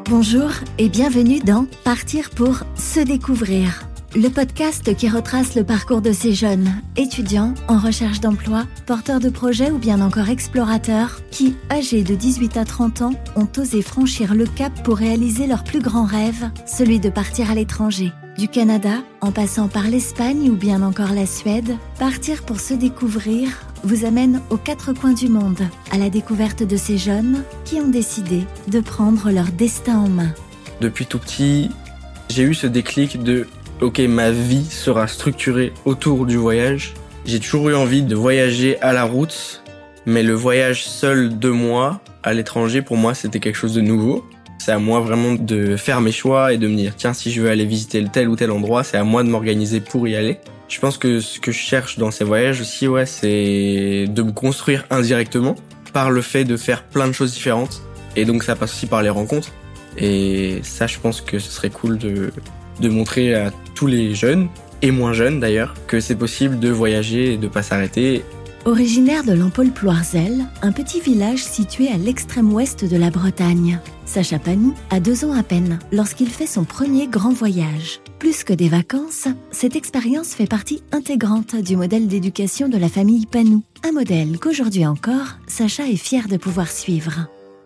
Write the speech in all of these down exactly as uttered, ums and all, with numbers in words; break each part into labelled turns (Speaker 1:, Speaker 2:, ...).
Speaker 1: Bonjour et bienvenue dans Partir pour se découvrir, le podcast qui retrace le parcours de ces jeunes, étudiants en recherche d'emploi, porteurs de projets ou bien encore explorateurs qui, âgés de dix-huit à trente ans, ont osé franchir le cap pour réaliser leur plus grand rêve, celui de partir à l'étranger. Du Canada, en passant par l'Espagne ou bien encore la Suède, Partir pour se découvrir vous amène aux quatre coins du monde, à la découverte de ces jeunes qui ont décidé de prendre leur destin en main.
Speaker 2: Depuis tout petit, j'ai eu ce déclic de « Ok, ma vie sera structurée autour du voyage ». J'ai toujours eu envie de voyager à la route, mais le voyage seul de moi à l'étranger, pour moi, c'était quelque chose de nouveau. C'est à moi vraiment de faire mes choix et de me dire « Tiens, si je veux aller visiter tel ou tel endroit, c'est à moi de m'organiser pour y aller ». Je pense que ce que je cherche dans ces voyages aussi, ouais, c'est de me construire indirectement par le fait de faire plein de choses différentes. Et donc ça passe aussi par les rencontres. Et ça, je pense que ce serait cool de, de montrer à tous les jeunes, et moins jeunes d'ailleurs, que c'est possible de voyager et de pas s'arrêter.
Speaker 1: Originaire de Lampol-Ploirzel, un petit village situé à l'extrême ouest de la Bretagne, Sacha Panou a deux ans à peine lorsqu'il fait son premier grand voyage. Plus que des vacances, cette expérience fait partie intégrante du modèle d'éducation de la famille Panou, un modèle qu'aujourd'hui encore, Sacha est fier de pouvoir suivre.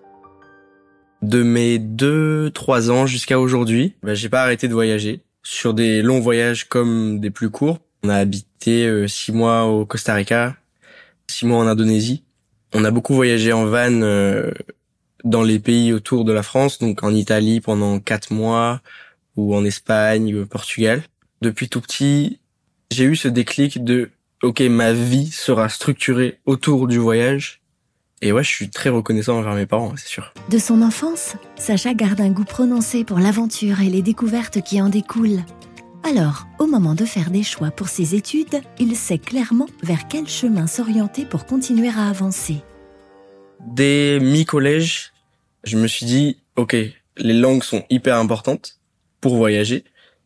Speaker 2: De mes deux trois ans jusqu'à aujourd'hui, bah, j'ai pas arrêté de voyager, sur des longs voyages comme des plus courts. On a habité euh, six mois au Costa Rica, six mois en Indonésie. On a beaucoup voyagé en van euh, dans les pays autour de la France, donc en Italie pendant quatre mois, ou en Espagne, ou au Portugal. Depuis tout petit, j'ai eu ce déclic de « Ok, ma vie sera structurée autour du voyage ». Et ouais, je suis très reconnaissant envers mes parents, c'est sûr.
Speaker 1: De son enfance, Sacha garde un goût prononcé pour l'aventure et les découvertes qui en découlent. Alors, au moment de faire des choix pour ses études, il sait clairement vers quel chemin s'orienter pour continuer à avancer.
Speaker 2: Dès mi-collège, je me suis dit « Ok, les langues sont hyper importantes pour voyager,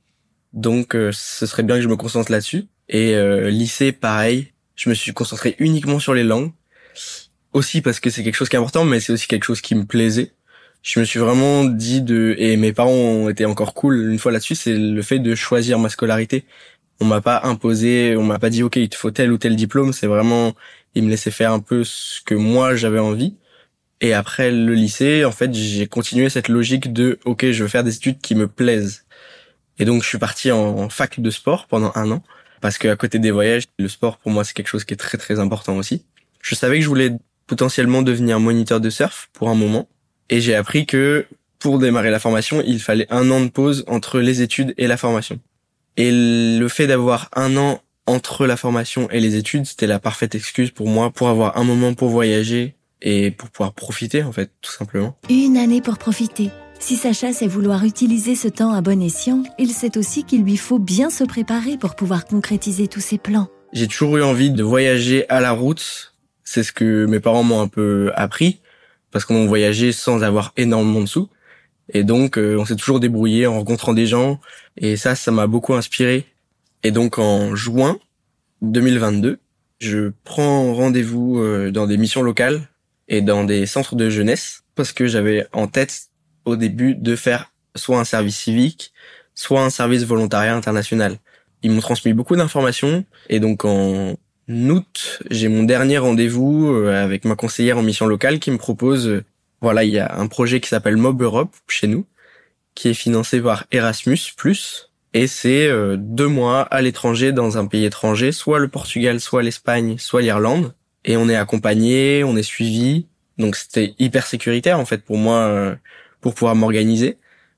Speaker 2: donc euh, ce serait bien que je me concentre là-dessus. » Et euh, lycée, pareil, je me suis concentré uniquement sur les langues. Aussi parce que c'est quelque chose qui est important, mais c'est aussi quelque chose qui me plaisait. Je me suis vraiment dit de, et mes parents ont été encore cool une fois là-dessus, c'est le fait de choisir ma scolarité. On m'a pas imposé, on m'a pas dit ok, il te faut tel ou tel diplôme, c'est vraiment, ils me laissaient faire un peu ce que moi j'avais envie. Et après le lycée, en fait, j'ai continué cette logique de ok, je veux faire des études qui me plaisent. Et donc je suis parti en fac de sport pendant un an, parce que à côté des voyages, le sport pour moi c'est quelque chose qui est très très important aussi. Je savais que je voulais potentiellement devenir moniteur de surf pour un moment. Et j'ai appris que pour démarrer la formation, il fallait un an de pause entre les études et la formation. Et le fait d'avoir un an entre la formation et les études, c'était la parfaite excuse pour moi pour avoir un moment pour voyager et pour pouvoir profiter, en fait, tout simplement.
Speaker 1: Une année pour profiter. Si Sacha sait vouloir utiliser ce temps à bon escient, il sait aussi qu'il lui faut bien se préparer pour pouvoir concrétiser tous ses plans.
Speaker 2: J'ai toujours eu envie de voyager à la route. C'est ce que mes parents m'ont un peu appris, parce qu'on voyageait sans avoir énormément de sous. Et donc, euh, on s'est toujours débrouillé en rencontrant des gens. Et ça, ça m'a beaucoup inspiré. Et donc, en juin deux mille vingt-deux, je prends rendez-vous euh, dans des missions locales et dans des centres de jeunesse, parce que j'avais en tête, au début, de faire soit un service civique, soit un service volontariat international. Ils m'ont transmis beaucoup d'informations. Et donc, en août, j'ai mon dernier rendez-vous avec ma conseillère en mission locale qui me propose, voilà, il y a un projet qui s'appelle Mob Europe chez nous, qui est financé par Erasmus plus, et c'est euh, deux mois à l'étranger dans un pays étranger, soit le Portugal, soit l'Espagne, soit l'Irlande, et on est accompagné, on est suivi, donc c'était hyper sécuritaire en fait pour moi, euh, pour pouvoir m'organiser.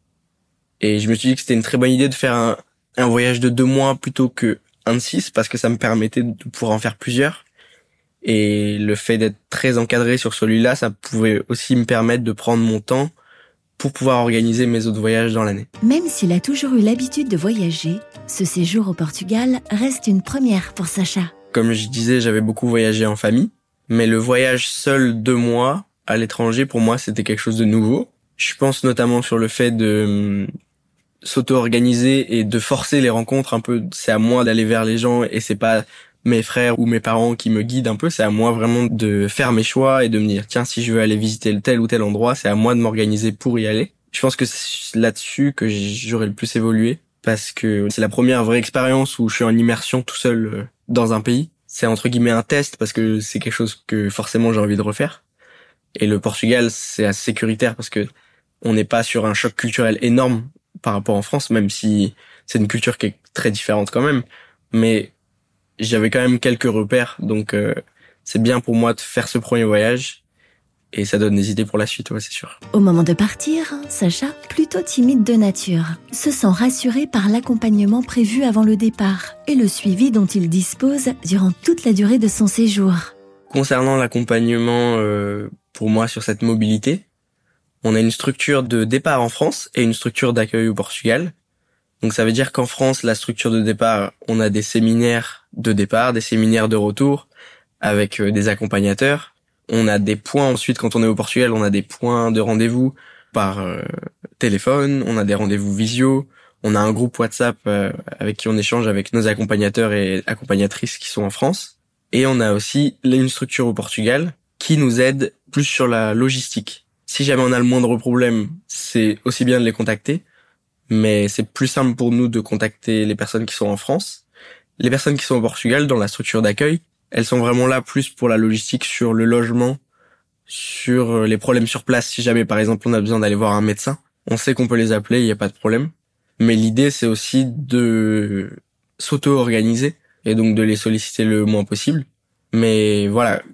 Speaker 2: Et je me suis dit que c'était une très bonne idée de faire un, un voyage de deux mois plutôt que un de six, parce que ça me permettait de pouvoir en faire plusieurs. Et le fait d'être très encadré sur celui-là, ça pouvait aussi me permettre de prendre mon temps pour pouvoir organiser mes autres voyages dans l'année.
Speaker 1: Même s'il a toujours eu l'habitude de voyager, ce séjour au Portugal reste une première pour Sacha.
Speaker 2: Comme je disais, j'avais beaucoup voyagé en famille, mais le voyage seul deux mois à l'étranger, pour moi, c'était quelque chose de nouveau. Je pense notamment sur le fait de s'auto-organiser et de forcer les rencontres un peu. C'est à moi d'aller vers les gens et c'est pas mes frères ou mes parents qui me guident un peu. C'est à moi vraiment de faire mes choix et de me dire tiens, si je veux aller visiter tel ou tel endroit, c'est à moi de m'organiser pour y aller. Je pense que c'est là-dessus que j'aurais le plus évolué, parce que c'est la première vraie expérience où je suis en immersion tout seul dans un pays. C'est entre guillemets un test, parce que c'est quelque chose que forcément j'ai envie de refaire. Et le Portugal, c'est assez sécuritaire parce que on n'est pas sur un choc culturel énorme par rapport en France, même si c'est une culture qui est très différente quand même. Mais j'avais quand même quelques repères, donc euh, c'est bien pour moi de faire ce premier voyage. Et ça donne des idées pour la suite, ouais, c'est sûr.
Speaker 1: Au moment de partir, Sacha, plutôt timide de nature, se sent rassuré par l'accompagnement prévu avant le départ et le suivi dont il dispose durant toute la durée de son séjour.
Speaker 2: Concernant l'accompagnement, euh, pour moi, sur cette mobilité, on a une structure de départ en France et une structure d'accueil au Portugal. Donc ça veut dire qu'en France, la structure de départ, on a des séminaires de départ, des séminaires de retour avec euh, des accompagnateurs. On a des points ensuite, quand on est au Portugal, on a des points de rendez-vous par euh, téléphone, on a des rendez-vous visio, on a un groupe WhatsApp euh, avec qui on échange avec nos accompagnateurs et accompagnatrices qui sont en France. Et on a aussi une structure au Portugal qui nous aide plus sur la logistique. Si jamais on a le moindre problème, c'est aussi bien de les contacter, mais c'est plus simple pour nous de contacter les personnes qui sont en France. Les personnes qui sont au Portugal, dans la structure d'accueil, elles sont vraiment là plus pour la logistique, sur le logement, sur les problèmes sur place. Si jamais, par exemple, on a besoin d'aller voir un médecin, on sait qu'on peut les appeler, il n'y a pas de problème. Mais l'idée, c'est aussi de s'auto-organiser et donc de les solliciter le moins possible. Mais voilà,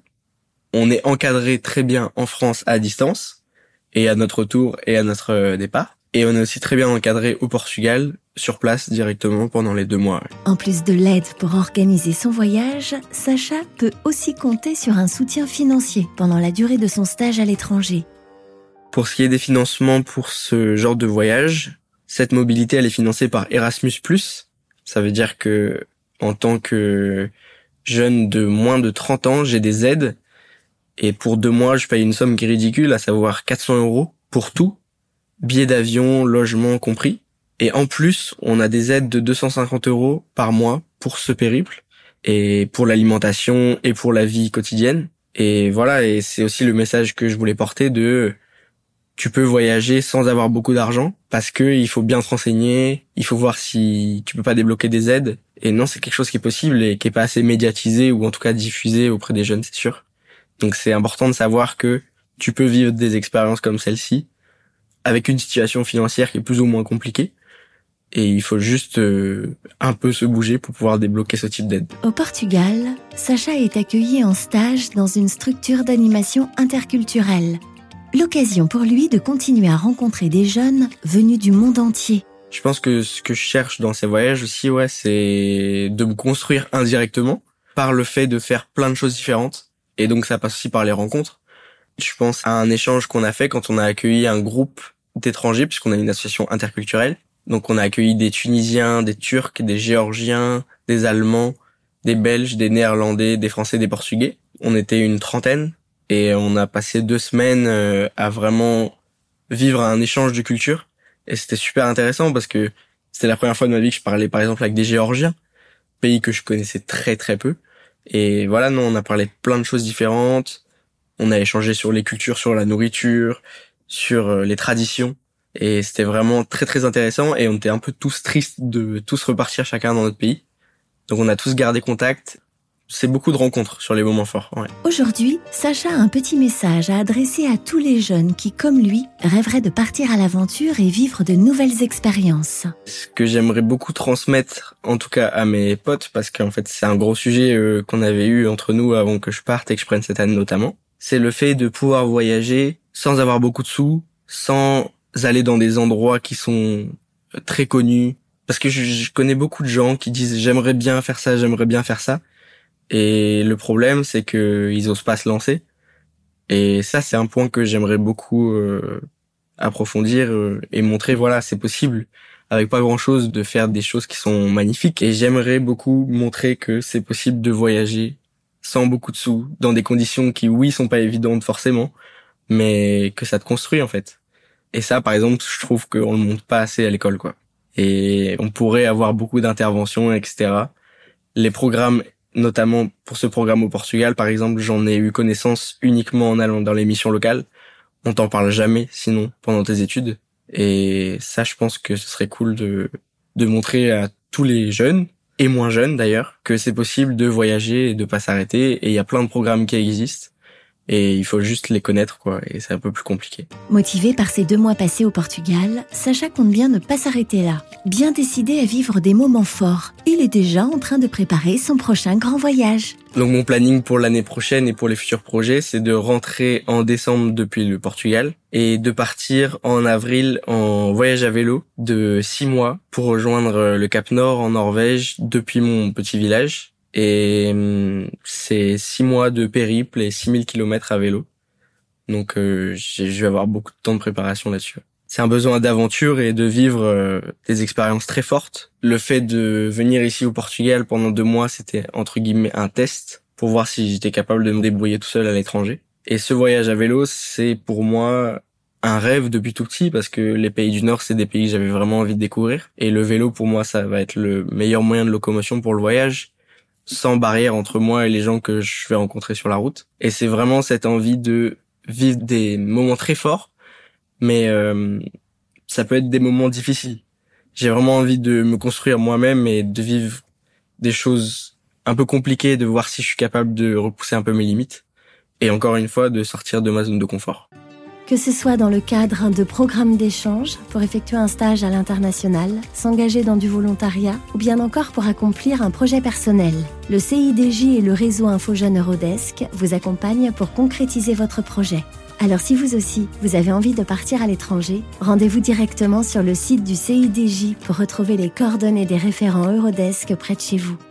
Speaker 2: on est encadré très bien en France à distance, et à notre retour et à notre départ. Et on est aussi très bien encadré au Portugal, sur place directement pendant les deux mois.
Speaker 1: En plus de l'aide pour organiser son voyage, Sacha peut aussi compter sur un soutien financier pendant la durée de son stage à l'étranger.
Speaker 2: Pour ce qui est des financements pour ce genre de voyage, cette mobilité, elle est financée par Erasmus plus. Ça veut dire que, en tant que jeune de moins de trente ans, j'ai des aides. Et pour deux mois, je paye une somme qui est ridicule, à savoir quatre cents euros pour tout. Billets d'avion, logement compris. Et en plus, on a des aides de deux cent cinquante euros par mois pour ce périple, et pour l'alimentation et pour la vie quotidienne. Et voilà, et c'est aussi le message que je voulais porter de tu peux voyager sans avoir beaucoup d'argent, parce que il faut bien te renseigner, il faut voir si tu peux pas débloquer des aides. Et non, c'est quelque chose qui est possible et qui est pas assez médiatisé, ou en tout cas diffusé auprès des jeunes, c'est sûr. Donc c'est important de savoir que tu peux vivre des expériences comme celle-ci avec une situation financière qui est plus ou moins compliquée. Et il faut juste euh, un peu se bouger pour pouvoir débloquer ce type d'aide.
Speaker 1: Au Portugal, Sacha est accueilli en stage dans une structure d'animation interculturelle. L'occasion pour lui de continuer à rencontrer des jeunes venus du monde entier.
Speaker 2: Je pense que ce que je cherche dans ces voyages aussi, ouais, c'est de me construire indirectement par le fait de faire plein de choses différentes. Et donc ça passe aussi par les rencontres. Je pense à un échange qu'on a fait quand on a accueilli un groupe d'étrangers, puisqu'on a une association interculturelle. Donc on a accueilli des Tunisiens, des Turcs, des Géorgiens, des Allemands, des Belges, des Néerlandais, des Français, des Portugais. On était une trentaine et on a passé deux semaines à vraiment vivre un échange de culture. Et c'était super intéressant parce que c'était la première fois de ma vie que je parlais par exemple avec des Géorgiens, pays que je connaissais très très peu. Et voilà, non, on a parlé de plein de choses différentes. On a échangé sur les cultures, sur la nourriture, sur les traditions. Et c'était vraiment très très intéressant, et on était un peu tous tristes de tous repartir chacun dans notre pays. Donc on a tous gardé contact. C'est beaucoup de rencontres sur les moments forts. Ouais.
Speaker 1: Aujourd'hui, Sacha a un petit message à adresser à tous les jeunes qui, comme lui, rêveraient de partir à l'aventure et vivre de nouvelles expériences.
Speaker 2: Ce que j'aimerais beaucoup transmettre, en tout cas à mes potes, parce qu'en fait c'est un gros sujet euh, qu'on avait eu entre nous avant que je parte et que je prenne cette année notamment, c'est le fait de pouvoir voyager sans avoir beaucoup de sous, sans aller dans des endroits qui sont très connus, parce que je, je connais beaucoup de gens qui disent j'aimerais bien faire ça, j'aimerais bien faire ça, et le problème c'est que ils osent pas se lancer. Et ça, c'est un point que j'aimerais beaucoup euh, approfondir euh, et montrer, voilà, c'est possible avec pas grand chose de faire des choses qui sont magnifiques. Et j'aimerais beaucoup montrer que c'est possible de voyager sans beaucoup de sous, dans des conditions qui, oui, sont pas évidentes forcément, mais que ça te construit en fait. Et ça, par exemple, je trouve qu'on le montre pas assez à l'école, quoi. Et on pourrait avoir beaucoup d'interventions, et cetera. Les programmes, notamment pour ce programme au Portugal, par exemple, j'en ai eu connaissance uniquement en allant dans les missions locales. On t'en parle jamais, sinon, pendant tes études. Et ça, je pense que ce serait cool de, de montrer à tous les jeunes, et moins jeunes d'ailleurs, que c'est possible de voyager et de pas s'arrêter. Et il y a plein de programmes qui existent. Et il faut juste les connaître, quoi, et c'est un peu plus compliqué.
Speaker 1: Motivé par ces deux mois passés au Portugal, Sacha compte bien ne pas s'arrêter là. Bien décidé à vivre des moments forts, il est déjà en train de préparer son prochain grand voyage.
Speaker 2: Donc mon planning pour l'année prochaine et pour les futurs projets, c'est de rentrer en décembre depuis le Portugal et de partir en avril en voyage à vélo de six mois pour rejoindre le Cap Nord en Norvège depuis mon petit village. Et c'est six mois de périple et six mille kilomètres à vélo. Donc euh, je vais avoir beaucoup de temps de préparation là-dessus. C'est un besoin d'aventure et de vivre euh, des expériences très fortes. Le fait de venir ici au Portugal pendant deux mois, c'était entre guillemets un test pour voir si j'étais capable de me débrouiller tout seul à l'étranger. Et ce voyage à vélo, c'est pour moi un rêve depuis tout petit parce que les pays du Nord, c'est des pays que j'avais vraiment envie de découvrir. Et le vélo, pour moi, ça va être le meilleur moyen de locomotion pour le voyage, sans barrière entre moi et les gens que je vais rencontrer sur la route. Et c'est vraiment cette envie de vivre des moments très forts, mais euh, ça peut être des moments difficiles. J'ai vraiment envie de me construire moi-même et de vivre des choses un peu compliquées, de voir si je suis capable de repousser un peu mes limites. Et encore une fois, de sortir de ma zone de confort.
Speaker 1: Que ce soit dans le cadre de programmes d'échange, pour effectuer un stage à l'international, s'engager dans du volontariat ou bien encore pour accomplir un projet personnel, le C I D J et le réseau InfoJeunes Eurodesk vous accompagnent pour concrétiser votre projet. Alors si vous aussi, vous avez envie de partir à l'étranger, rendez-vous directement sur le site du C I D J pour retrouver les coordonnées des référents Eurodesk près de chez vous.